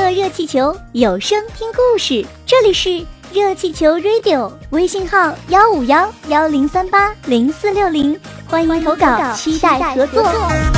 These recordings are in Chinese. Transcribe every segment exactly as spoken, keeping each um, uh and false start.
坐热气球，有声听故事。这里是热气球 Radio， 微信号幺五幺幺零三八零四六零，欢迎投稿，期待合作。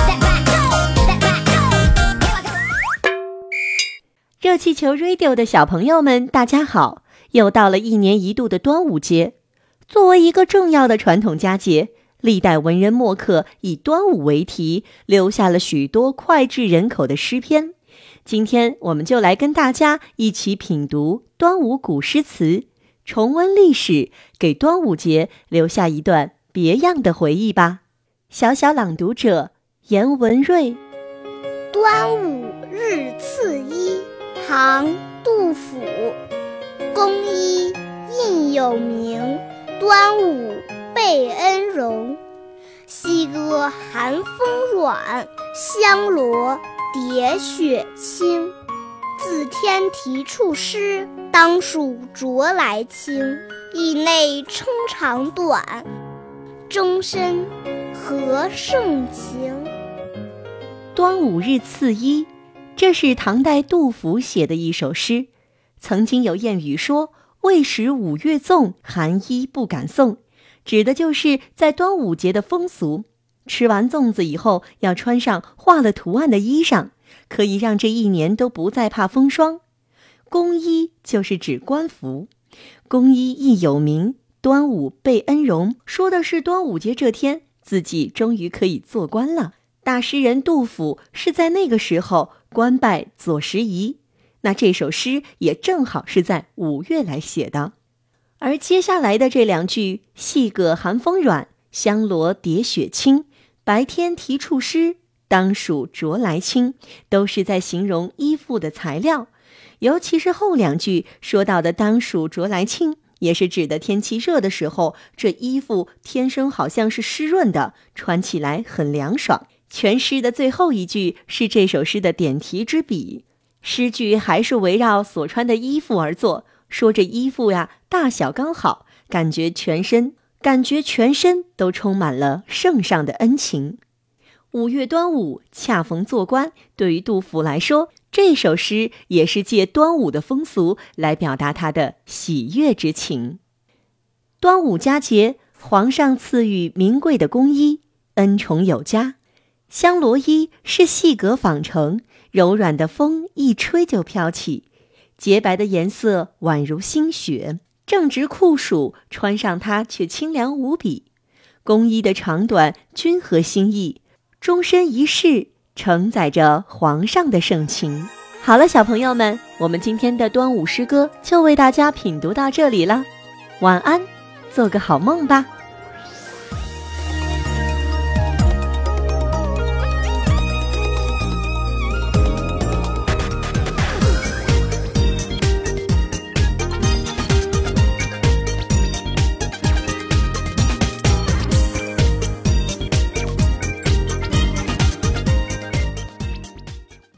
热气球 Radio 的小朋友们，大家好！又到了一年一度的端午节，作为一个重要的传统佳节，历代文人墨客以端午为题，留下了许多脍炙人口的诗篇。今天我们就来跟大家一起品读端午古诗词，重温历史，给端午节留下一段别样的回忆吧。小小朗读者颜文瑞。 端午日次一，唐·杜甫。公一印有名，端午备恩荣。西阁寒风软，香罗叠雪清。自天题处湿，当属着来清。以内称长短，终身何盛情。 端午日次一，这是唐代杜甫写的一首诗。曾经有谚语说，未识五月粽，寒衣不敢送，指的就是在端午节的风俗。吃完粽子以后，要穿上画了图案的衣裳，可以让这一年都不再怕风霜。公衣就是指官服，公衣亦有名，端午备恩荣，说的是端午节这天，自己终于可以做官了。大诗人杜甫是在那个时候官拜左拾遗，那这首诗也正好是在五月来写的。而接下来的这两句，细葛寒风软，香罗叠雪清，白天题处湿，当属着来清，都是在形容衣服的材料。尤其是后两句说到的当属着来清，也是指的天气热的时候，这衣服天生好像是湿润的，穿起来很凉爽。全诗的最后一句是这首诗的点题之笔，诗句还是围绕所穿的衣服而作，说这衣服呀大小刚好，感觉全身感觉全身都充满了圣上的恩情。五月端午恰逢做官，对于杜甫来说，这首诗也是借端午的风俗来表达他的喜悦之情。端午佳节，皇上赐予名贵的宫衣，恩宠有加。香罗衣是细葛纺成，柔软的风一吹就飘起，洁白的颜色宛如新雪，正值酷暑，穿上它却清凉无比。宫衣的长短均合心意，终身一世，承载着皇上的盛情。好了，小朋友们，我们今天的端午诗歌就为大家品读到这里了，晚安，做个好梦吧。